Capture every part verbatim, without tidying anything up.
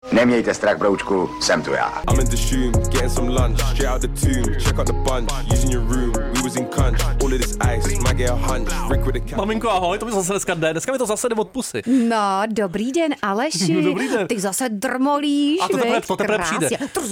Nemějte strach, broučku, jsem tu já. I'm in the shoom, getting some lunch, straight out the tomb, check out the bunch, using your room, we was in crunch, all of this ice, might get a hunch, Rick with a cat. Maminko, ahoj, to mi zase dneska jde, dneska mi to zase jde od pusy. No, dobrý den, Aleši. Dobrý den. Ty zase drmolíš, A to teprve, veď, to teprve přijde.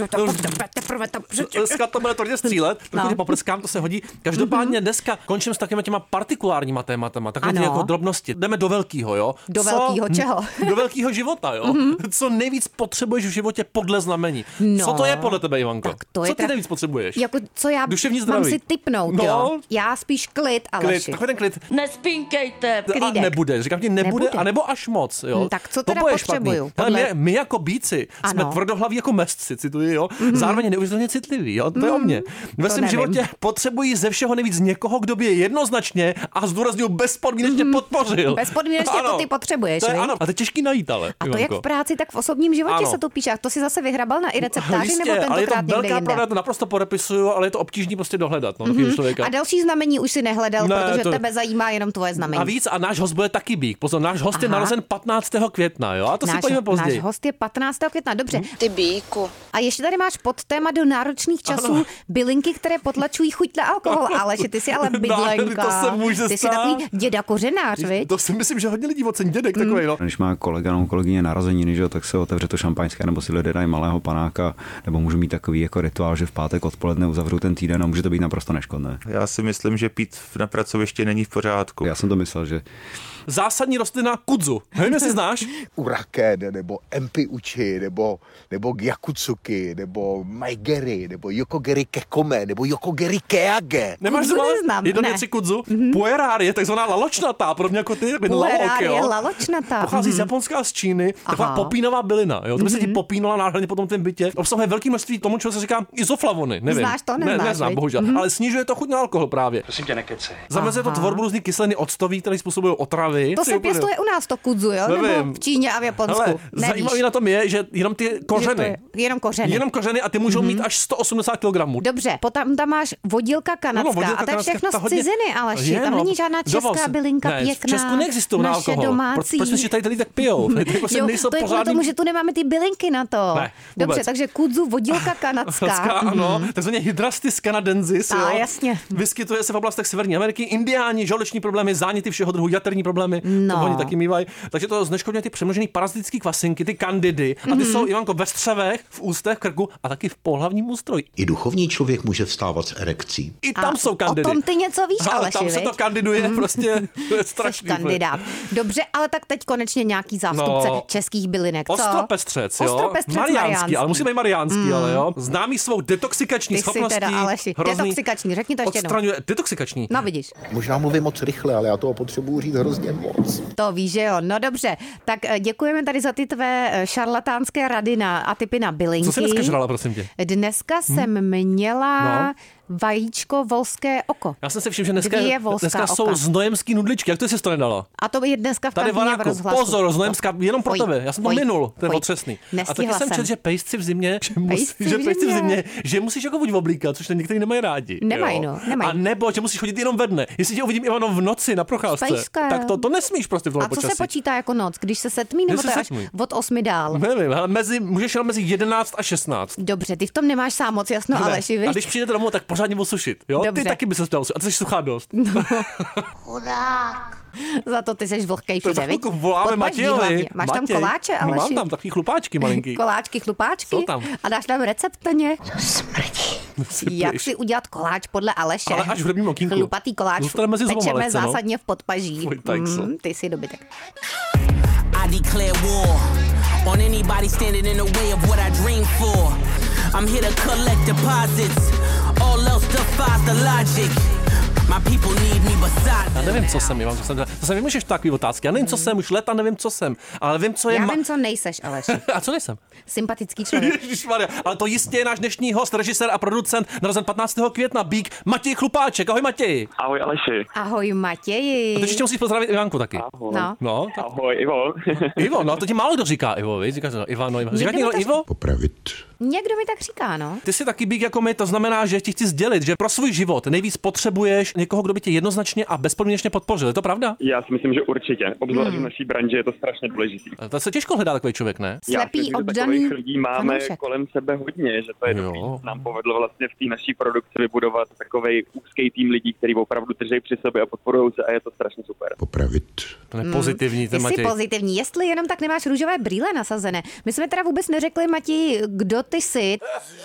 Teprve to Dneska to bude tvrdě střílet, trochu No. tě poprskám, to se hodí. Každopádně dneska končím s takovými těma partikulárníma tématama, takové ty Ano. jako drobnosti. Jdeme do velkýho, jo? Do Co- velkýho čeho? Do velkýho života, jo? Co nejvíc potřebuješ v životě podle znamení. No. Co to je podle tebe, Ivanko? Tak to je Co ty tra- nejvíc potřebuješ? Jako, co já Duševní mám zdraví. si tipnout, No. jo? Já spíš klid, Klid, Aleši. takový ten klid. Nespinkejte. A Klídek. nebude, říkám ti nebude, Nebude. anebo až moc, jo. Hm, tak co To teda bude potřebuju? špatný. Hele, Podle- my, my jako bíci jsme Ano. tvrdohlaví jako mestci, cituji, jo. Zároveň neuvěřitelně citliví, jo. To je o mně. Ve svém nevím. životě potřebují ze všeho nejvíc někoho, kdo by je jednoznačně a zdůrazňuji bezpodmínečně podpořil. Bezpodmínečně to Ano. ty potřebuješ, To je, viď? ano, a to je těžký najít, ale. A to Ivanko. jak v práci, tak v osobním životě Ano. se to píše. A to si zase vyhrabal na i receptáři, Jistě, nebo ale je to tentokrát někde velká jinde? pravda, já to naprosto podepisuju, ale je to obtížný prostě dohledat, no, takového člověka. A další znamení už si nehledal, Ne, protože to- tebe zajímá jenom tvoje znamení. A víc, a náš host bude taky bík. Pozor, náš host je Aha. narozen patnáctého května, jo? A to si náš, pojďme později. náš host je patnáctého května, dobře. Ty bíku. A ještě tady máš podtéma do náročných časů Ano. bylinky, které potlačují chuť na alkohol. Ale že ty jsi ale bydlenka. to se může ty jsi stát. takový děda kořenář, viď? To si myslím, že hodně lidí ocení dědek Hmm. takový, no. Když má kolega nebo kolegyně narozeniny, že jo, tak se otevře to šampaňské, nebo si lidé dají malého panáka, nebo můžu mít takový jako rituál, že v pátek odpoledne uzavřu ten týden a může to být naprosto neškodné. Já si myslím, že pít na pracovišti není v pořádku. Já jsem to myslel, že Zásadní rostlina kudzu. Nevím, jestli znáš. Uraken, nebo empi uchi, nebo, nebo gyakutsuki, nebo maigeri, nebo yokogeri kekome, nebo yokogeri keage. Nemáš Kudzu doma? neznám, Jedno, ne. dvě, tři kudzu. Mm-hmm. Puerárie, takzvaná laločnatá, podobně jako ty, jako lalok, Puerárie, jo. laločnatá. Pochází z Mhm. Japonska a z Číny. Taková Aha. popínová bylina, jo. To by se ti popínala nádherně po tom tvém bytě. Obsahuje velké množství tomu, čemu se říká izoflavony. Nevím. Znáš to? Neznáš, Ne, neznám, viď? bohužel. Mhm. Ale snižuje to chuť na alkohol právě. Prosím tě, nekecej. Zamezuje to Aha. tvorbu různých kyseliny octový, které způsobují otravy. To Ty se úplně- pěstuje u nás, to kudzu, jo? Nevím. Nebo v Číně a v Japonsku. Hele, Nevíš. zajímavý na tom je, že jenom ty Že to kořeny. je Jenom kořeny. Jenom kořeny a ty můžou mít až sto osmdesát kilogramů. Dobře, potom tam máš vodílka kanadská. vodílka a to je kanadská, všechno ta z hodně- ciziny, Aleši. Je, Tam no, není žádná dovoz. česká bylinka Ne, pěkná. v Česku neexistují na naše alkohol. domácí. Proč, proč myslíš, že tady tady tak pijou? Tady prostě Jo, nejsou to je kvůli pořádný... tomu, že tu nemáme ty bylinky na to. Ne, Dobře, vůbec. takže kudzu, vodílka kanadská. Kanadská, ano, takzvaně Hydrastis canadensis, A, jo. jasně. Vyskytuje se v oblastech Severní Ameriky, indiáni, žaludeční problémy, záněty všeho druhu, jaterní problémy, No. to oni taky mývají. Takže to zneškodňuje ty přemnožené parazitické kvasinky, ty kandidy, a ty jsou, Ivanko, ve střevech, v ústech, v krku a taky v pohlavním ústroji. I duchovní člověk může vstávat s erekcí. I tam A jsou kandidy. O tom ty něco víš, Ale Aleši, tam se to viď? kandiduje, prostě to je Jsi strašný. kandidát. Dobře, ale tak teď konečně nějaký zástupce No. českých bylinek. Co? Ostropestřec, jo. Ostropestřec mariánský, mariánský. ale musí být mariánský, ale jo. Známý svou detoxikační Ty jsi schopností. teda, Aleši, hrozný- detoxikační, řekni to ještě jednou. Odstraňuje, detoxikační. No vidíš, Možná mluvím moc rychle, ale já toho potřebuji říct hrozně moc. to víš, že jo. No dobře, tak eh, děkujeme tady za ty tvé eh, šarlatánské rady na, a typy na bylinky. Co jsi dneska žrala, prosím tě? Dneska jsem měla No. vajíčko volské oko. Já jsem si všiml, že dneska, Dvě volská dneska jsou oka. znojemský nudličky. Jak to jsi to nedala? A to je dneska v Tady kantině v Vanáku, rozhlasu. pozor, znojemská, jenom pro Pojď, tebe. Já jsem to pojď, minul, to je pojď. otřesný. A taky Nestihla jsem jsem. četl, že pejsci v zimě, že, musí, Pejsci že v pejsci v zimě. zimě, že musíš jako buď oblíkat, což někteří nemají rádi. Nemají, jo. no, nemají. A nebo, že musíš chodit jenom ve dne. Jestli tě uvidím Ivano v noci na procházce, Pejska. tak to, to nesmíš prostě v tohle A co počasí. se počítá jako noc? Když se setmí, nebo Když to je se až setmí. od osmi dál? Nevím, ale mezi, můžeš jenom mezi jedenáct a šestnáct. Dobře, ty v tom nemáš sám moc jasno, Ne. Aleši, A viď? když přijdete domů, tak pořádně osušit. Jo? Dobře. Ty taky by se měl osušit. A ty jsi suchá dost. Chudák. Za to ty seš vlhkej To všude, za viď? chvilku voláme Podpaždí Matějovi. hlavně. Máš tam Matěj. koláče, No, Aleši? mám tam takový chlupáčky malinký. Koláčky, chlupáčky? Jsou tam. A dáš tam recept na ně? Sypeš. Jak si udělat koláč podle Aleše? Ale až v hrdním okýnku. Chlupatý koláč Zůstane mezi zubama pečeme lehce, no. zásadně v podpaží. Fuj, tak co. Mm, ty jsi dobytek. I declare war on anybody standing in the way of what I dream for. I'm here to collect deposits. All else defies the logic. My people need me beside Já them. nevím, co jsem, Ivan, to jsem, to jsem vymýšleš takový otázky. Já nevím, co jsem, už leta nevím, co jsem, ale vím, co je... Já ma- vím, co nejseš, Aleši. A co nejsem? Sympatický člověk. Ježišmarja, ale to jistě je náš dnešní host, režisér a producent, narozen patnáctého května, Bík, Matěj Chlupáček. Ahoj, Matěj. Ahoj Aleši. Ahoj, Matěji. A teď ještě musíš pozdravit Ivanku taky. Ahoj. No. No, tak... Ahoj Ivo. Ivo, no to ti málo kdo říká Ivo, víš? Říká se to Ivano, Ivo. Říká Někdy někdo mi to Ivo? Popravit Někdo mi tak říká, no. Ty jsi taky bík jako my, to znamená, že ti chci sdělit, že pro svůj život nejvíc potřebuješ někoho, kdo by tě jednoznačně a bezpodmínečně podpořil. Je to pravda? Já si myslím, že určitě. Obzvlášť hmm. v naší branži je to strašně důležitý. To se těžko hledá takový člověk, ne? Slepý, oddaný lidí máme fanoušek. Kolem sebe hodně, že to je dobrý. Nám povedlo vlastně v té naší produkci vybudovat takovej úzký tým lidí, kteří opravdu drží při sobě a podporují se a je to strašně super. Popravit. To je pozitivní, hmm. ten Matěj. Matěj. Jsi pozitivní, jestli jenom tak nemáš růžové brýle nasazené. My jsme teda vůbec neřekli, Matěj, kdo ty jsi.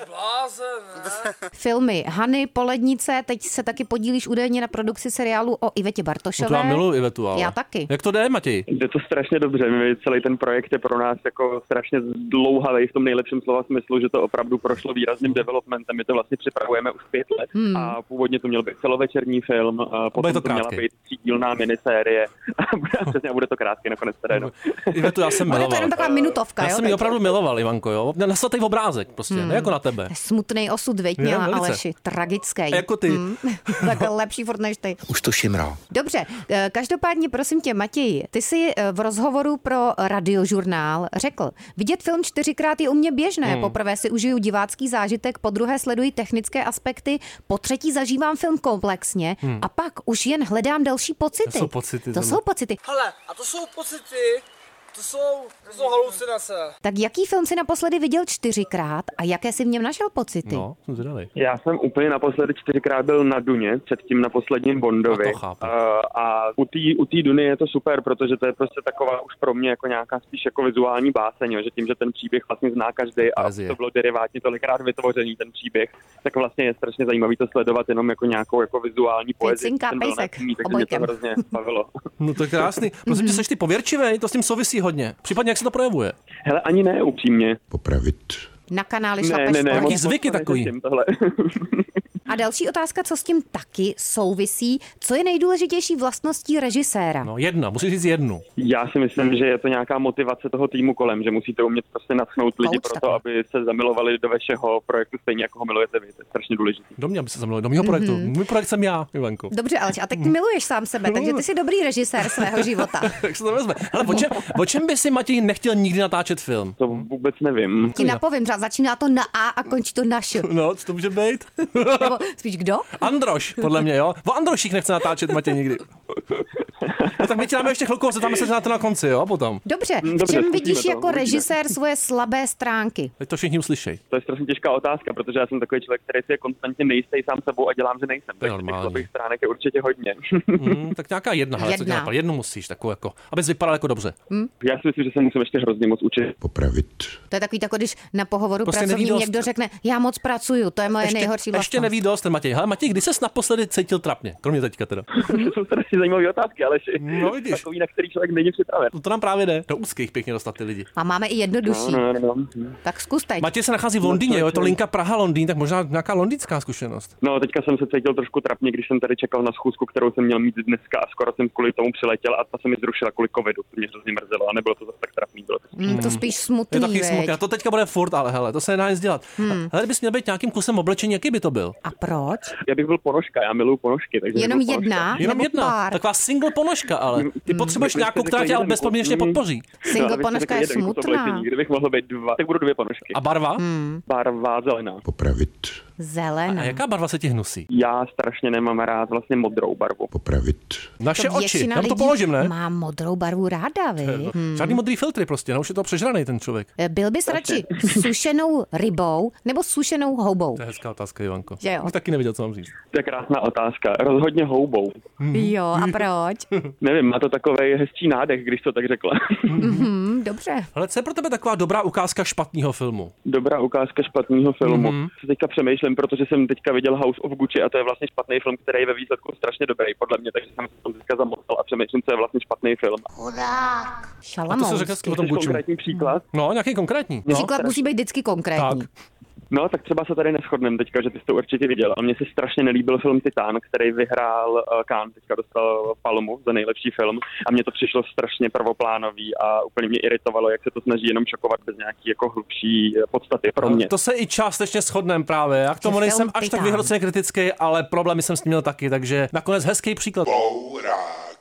Filmy Hany, Polednice, teď se taky podílíš údajně na produkci seriálu o Ivetě Bartošové. No to já miluji Ivetu, ale. Já taky. Jak to jde, Matěj? Jde to strašně dobře. My celý ten projekt je pro nás jako strašně dlouhavý v tom nejlepším slova smyslu, že to opravdu prošlo výrazným developmentem. My to vlastně připravujeme už pět let hmm. a původně to měl být celovečerní film, a potom to, to měla být třídílná minisérie a bude, přesně, a bude to krátký nakonec teda. No. Ivetu, já jsem miloval. Ale to je jenom taková minutovka, já jo? jsem ji opravdu miloval, Ivanko, jo. Naslatej obrázek prostě, hmm. ne jako na tebe. Smutný osud, veď měla, Aleši, tragický. Jako ty. Hmm. Tak lepší furt než ty. Už to šimrá. Dobře, každopádně prosím tě, Matěj, ty jsi v rozhovoru pro Radiožurnál řekl, vidět film čtyřikrát je u mě běžné, hmm. poprvé si užiju divácký zážitek, po druhé sleduji technické aspekty, po třetí zažívám film komplexně hmm. a pak už jen hledám další pocity. To jsou pocity. To jsou pocity. Hele, a to jsou pocity, to jsou, to jsou halucinace. Tak jaký film si naposledy viděl čtyřikrát a jaké si v něm našel pocity? No, jsem zvědavý. Já jsem úplně naposledy čtyřikrát byl na Duně, předtím na posledním Bondovi. A, to a u té u té Duny je to super, protože to je prostě taková už pro mě jako nějaká spíš jako vizuální báseň, jo, že tím, že ten příběh vlastně zná každý a to bylo derivátně tolikrát vytvořený ten příběh, tak vlastně je strašně zajímavý to sledovat jenom jako nějakou jako vizuální poezii. Cinka, pejsek, takže mě to hrozně bavilo. No to je krásný. Prosím tě, seš ty pověrčivej, to s tím souvisí hodně. Případně jak se to projevuje? Hele, ani ne, upřímně. Popravit. Na kanáli ne, šlapeš ne, ne, Jaký zvyky takový? A další otázka, co s tím taky souvisí, co je nejdůležitější vlastností režiséra? No jedna, musíš říct jednu. Já si myslím, že je to nějaká motivace toho týmu kolem, že musíte umět prostě natchnout lidi pro to, aby se zamilovali do vašeho projektu stejně jako ho milujete vy. To je strašně důležité. Do mě, aby se zamilovali, do mého projektu. Mm-hmm. Můj projekt jsem já, Ivanko. Dobře, ale a teď ty miluješ sám sebe, takže ty jsi dobrý režisér svého života. Tak se to vezme. Ale o čem, o čem by si, Matěj, nechtěl nikdy natáčet film? To vůbec nevím. Ti napovím, třeba začíná to na A a končí to na Š. No, co to může být? Nebo spíš kdo? Androš, podle mě, jo. O Androších nechce natáčet, Matěj, nikdy. No tak my ti dáme ještě chvilku, zeptáme se na to na konci, jo, potom. Dobře, v Dobře, čem vidíš to, jako uvidíme. režisér svoje slabé stránky? Teď to všichni uslyšej. To je strašně těžká otázka, protože já jsem takový člověk, který si je konstantně nejistý sám sebou a dělám, že nejsem. To je Takže těch normální. slabých stránek je určitě hodně. Hmm, tak nějaká jedna, hele, co Jedna. dělá, jednu musíš, takovou jako, abys vypadal jako dobře. Hm? Já si myslím, že se musím ještě hrozně moc učit. Popravit. To je takový, tako, když na pohovoru Prostě pracovním neví dost. někdo řekne, já moc pracuju, to je moje Ještě, nejhorší vlastnost. ještě neví dost ten Matěj. Hele, Matěj, kdy ses naposledy cítil trapně? Kromě teďka teda. To jsou strašně zajímavé otázky, ale No, vidíš. takový, na který člověk není připraven. No to nám právě jde. Do úzkých pěkně dostat ty lidi. A máme i jednodušší. No, no, no. Tak zkus teď. Matěj se nachází v Londýně, jo, je to linka Praha-Londýn, tak možná nějaká londýnská zkušenost. No, teďka jsem se cítil trošku trapně, když jsem tady čekal na schůzku, kterou jsem měl mít dneska a skoro jsem kvůli tomu přiletěl a ta se mi zrušila kvůli covidu. To mě hrozně mrzelo a nebylo to zase tak trapný. Bylo to Mm, to spíš Je smutný, taky veď. smutné. To teďka bude furt, ale hele, to se nedá nic dělat. Hmm. Hele, kdybys měl být nějakým kusem oblečení, jaký by to byl? A proč? Já bych byl ponožka, já miluju ponožky. Takže Jenom bych byl jedna? ponožka. Jenom Nebo jedna. pár? Taková single ponožka, ale ty potřebuješ Tak nějakou, byste která řekl tě ale jeden bezpodmínečně kus. podpoří. Single No, abyste ponožka je řekl jeden kus smutná. oblečení. Kdybych mohl být dva, tak budu dvě ponožky. A barva? Hmm. Barva zelená. Popravit. Zelená. A jaká barva se ti hnusí? Já strašně nemám rád vlastně modrou barvu. Popravit. Naše To oči. většina Já mu to lidí položím, ne? má modrou barvu ráda, vy. Hmm. Žádný modrý filtry prostě, no už je to přežraný ten člověk. Byl bys radši sušenou rybou nebo sušenou houbou? To je hezká otázka, Ivanko. Že jo? Už taky nevěděl, co mám říct. To je krásná otázka. Rozhodně houbou. Jo, a proč? Nevím, má to takovej hezčí nádech, když to tak řekla. Mhm, dobře. Ale co je pro tebe taková dobrá ukázka špatného filmu? Dobrá ukázka špatného filmu. Mhm. Mm-hmm. Teďka přemýšlím, protože jsem teďka viděl House of Gucci a to je vlastně špatný film, který je ve výsledku strašně dobrý, podle mě, takže jsem se to teďka zamotal a přemýšlím, co je vlastně špatný film. Chudák. A to Šalamoun. se řekl o tom Chceš Gucci. konkrétní příklad? No, nějaký konkrétní. No. Příklad musí být vždycky konkrétní. Tak. No, tak třeba se tady neshodneme teďka, že ty jsi to určitě viděl. A mně se strašně nelíbil film Titán, který vyhrál uh, Cannes, teďka dostal Palmu za nejlepší film. A mně to přišlo strašně prvoplánový a úplně mě iritovalo, jak se to snaží jenom šokovat bez nějaký jako hlubší podstaty pro mě. To se i částečně shodneme právě. Já k tomu Že nejsem film až tak Titán. vyhroceně kritický, ale problémy jsem s tím měl taky, takže nakonec hezký příklad. Bourák.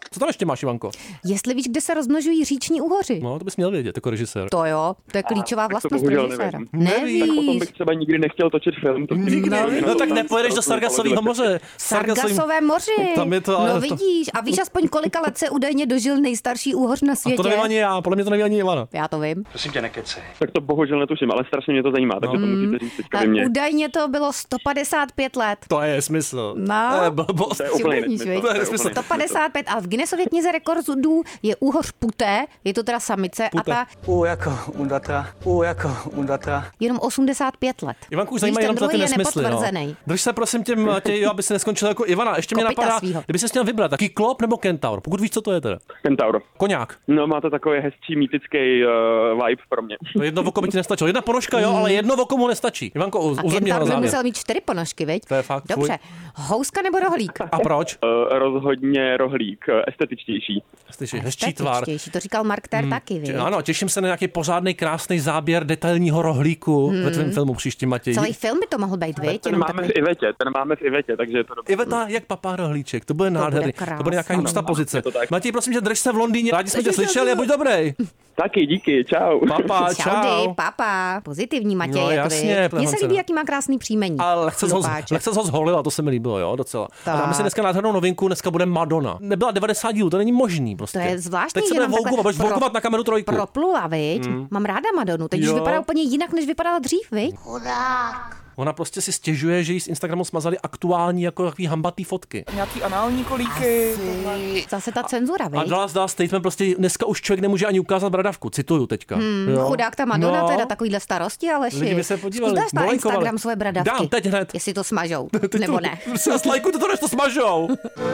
Co tam ještě máš, Ivanko? Jestli víš, kde se rozmnožují říční úhoři. No, to bys měl vědět jako režisér. To jo, to je klíčová A, vlastnost to režiséra. Nevíš. Tak potom bych třeba nikdy nechtěl točit film. To nikdy no, no tak nepojedeš do Sargasového moře. Sargasové moři. Tam je to, ale no to... vidíš. A víš aspoň kolika let se údajně dožil nejstarší úhoř na světě? A to nevím ani já, podle mě to neví ani Ivana. Já to vím. Prosím tě, nekecej. Tak to bohužel netuším, ale strašně mě to zajímá, takže no. to musíte říct teďka A mě. údajně to bylo sto padesát pět let. To je smysl. No. To je blbost. To je úplně nesmysl. To je nesmysl. sto padesát pět a v Guinnessově knize rekordů je úhoř puté, je to teda samice Puté. a ta U jako undatra, u jako undatra. jenom osmdesát pět let. Ivanku, už Víš, zajímají ten jenom ty druhý je nesmysly. No. nepotvrzený. Drž se prosím tě, Matěj, aby se neskončil jako Ivana. Ještě mě Kopyta napadá, svýho. kdyby se měl vybrat, taký klop nebo kentaur, pokud víš, co to je teda. Kentaur. Koňák. No má to takový hezčí mýtický uh, vibe pro mě. To jedno oko by ti nestačilo. Jedna ponožka, jo, ale jedno oko mu nestačí. Ivanko, A uzemně na kentaur by závěr. musel mít čtyři ponožky, viď? To je fakt. Dobře. Houska nebo rohlík? A proč? Uh, rozhodně rohlík, uh, estetičtější. Slyšíš, hezčí tvar. To říkal Mark Ter hmm. taky, viď? Ano, těším se na nějaký pořádný, krásný záběr detailního rohlíku hmm. ve tvém filmu příští, Matěj. Celý film by to mohl být, viď? Ten máme v Ivetě, ten máme v Ivetě, takže je to dobré. Iveta, jak papá rohlíček, to bude nádherný. To bude nějaká ústa pozice. Matěj, prosím tě, drž se v Londýně. Rádi jsme tě slyšeli a buď dobrý. Taky, díky, čau. Papa, čau. Čaudy, papa. Pozitivní Matěj, No, jak jasně, vy. Mně se líbí, jaký má krásný příjmení. Ale lehce ho, lehce ho zholila, to se mi líbilo, jo, docela. A dáme si dneska nádhernou novinku, dneska bude Madonna. Nebyla devadesát dílů, to není možný prostě. To je zvláštní. Teď se bude voukovat, budeš voukovat na kameru trojku. Proplula, viď? Mm. Mám ráda Madonu, teď už vypadá úplně jinak, než vypadala dřív, viď? Chudák. Ona prostě si stěžuje, že jí z Instagramu smazali aktuální jako takový hambatý fotky. Nějaký anální kolíky. Zase ta cenzura, viď? A dala zdá statement, prostě dneska už člověk nemůže ani ukázat bradavku, cituju teďka. Hmm, chudák ta Madonna, no. Teda takovýhle starosti, Aleši. Lidi by se podívali. Zkus dáš na Instagram svoje bradavky. Dám, teď hned. Jestli to smažou, nebo ne. Prostě já slajkujte to, než to smažou.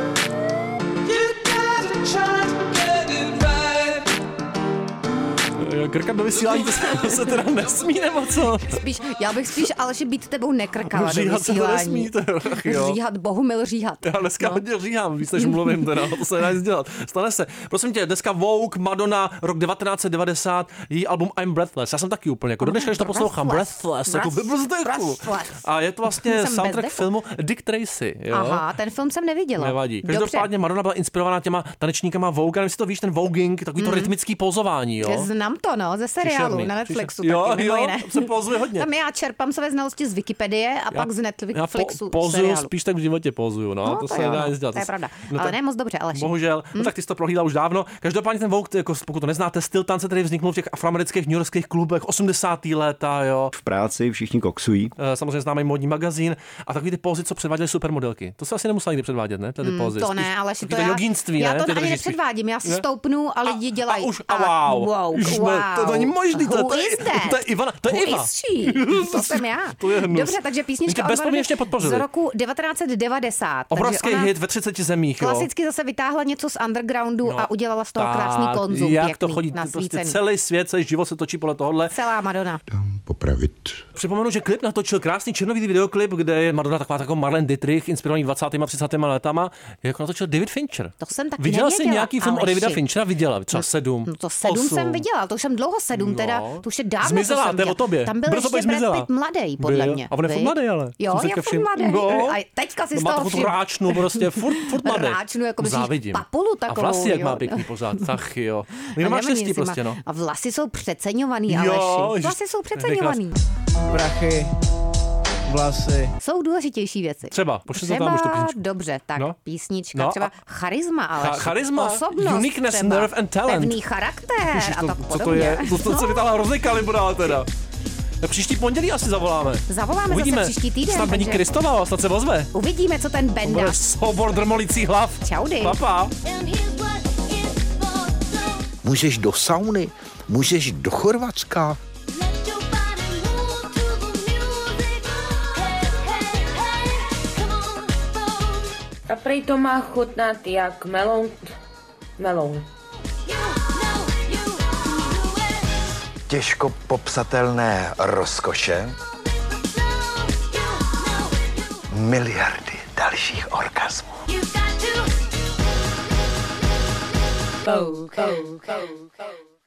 Krkat do vysílání, to se, to se teda nesmí, nebo co? Spíš, já bych spíš Aleši být tebou nekrkala říhat do vysílání. To nesmíte, říhat, Bohumil říhat. Já dneska no. hodně říhám, víc než mluvím teda, to se nedá nic dělat. Stane se. Prosím tě, dneska Vogue, Madonna, rok devatenáct set devadesát, její album I'm Breathless. Já jsem taky úplně, jako do dneška, když to poslouchám, Breathless, jako vybrzdechů. A je to vlastně soundtrack filmu Dick Tracy, jo? Aha, ten film jsem neviděla. Nevadí. Každopádně Madonna byla inspirovaná těma tanečníkama Vogue, nevím, si to víš, ten voguing, takový to mm. rytmický pozování, jo? Znám to, no, ze seriálu Příšerný. na Netflixu Příšerný. taky, jo, mimo jo, jiné. se pozuje hodně. Tam já čerpám své znalosti z Wikipedie a já, pak z Netflixu já po, pozuju, seriálu. spíš tak v životě pozuju, no, no to, to se jo, nedá no, nic dělat. To je pravda, no, ale tak, ne moc dobře, Aleši. Bohužel, hm? no tak ty jsi to prohlídal už dávno. Každopádně ten Vogue, jako pokud to neznáte, styl tance, který vzniknul v těch afroamerických newyorských klubech osmdesátá léta, jo. V práci všichni koksují. Samozřejmě známý módní magazín a takový ty pózy, co předváděly supermodelky. To se asi nemusela nikdy předvádět, ne? Ty pózy. To ne, ale to, to já, jogínství, já ne? to Ty ani držíš nepředvádím, já si stoupnu a lidi dělají. A už, a wow. wow, Už wow. To, to není možný, to, to, je, to je Ivana, to je Iva. To jsem já. To je hnus. Dobře, takže písnička od z roku devatenáct set devadesát. Obrovský hit ve třiceti zemích. Jo. Klasicky zase vytáhla něco z undergroundu no, a udělala z toho tak, krásný konzum. Jak to chodí, prostě celý svět, celý život se točí podle tohohle. Celá Madonna. Dám popravit. Připomenu, že klip natočil krásný černový videoklip, kde je Madonna taková taková Marlene Dietrich, inspirovaný dvacátými a třicátými letama, jako natočil David Fincher. To jsem taky Viděla nevěděla. jsi nějaký film o Davida Finchera? Viděla, třeba sedm. No to sedm osm. Jsem viděla, to už jsem dlouho sedm no. teda, to už je dávno. Zmizela, to je o tobě. Tam byl Brzo ještě Brad Pitt mladej, podle mě. A on je furt mladej, ale. Jo, je furt mladej. No. A teďka si no, z toho všim. Má ráčnu prostě, furt, furt mladej. Ráčnu, jako závidím. Papulu takovou. A vlasy, jak jo. má pěkný pořád, tak jo. No má štěstí prostě, no. A vlasy jsou přeceňovaný, Aleši. Vlasy jsou přeceňovaný. Prachy. Vlasy. Jsou důležitější věci. Třeba, pošli to tam už tu písničku. Dobře, tak no? písnička, no? třeba charisma, ale Cha- charisma, osobnost, uniqueness, třeba, nerve and talent. pevný charakter Ježiš, to, a tak co podobně. to je? To, to, to se vytáhla hrozný kalibra teda. Příští pondělí asi zavoláme. Zavoláme Uvidíme. zase příští týden. Snad není Kristová, snad se ozve. Uvidíme, co ten Benda. To bude soubor drmolících hlav. Čaudy. Papa. Můžeš do sauny, můžeš do Chorvatska. A prej to má chutnat jak melon. Melon. Těžko popsatelné rozkoše. Miliardy dalších orgasmů. Go, go, go.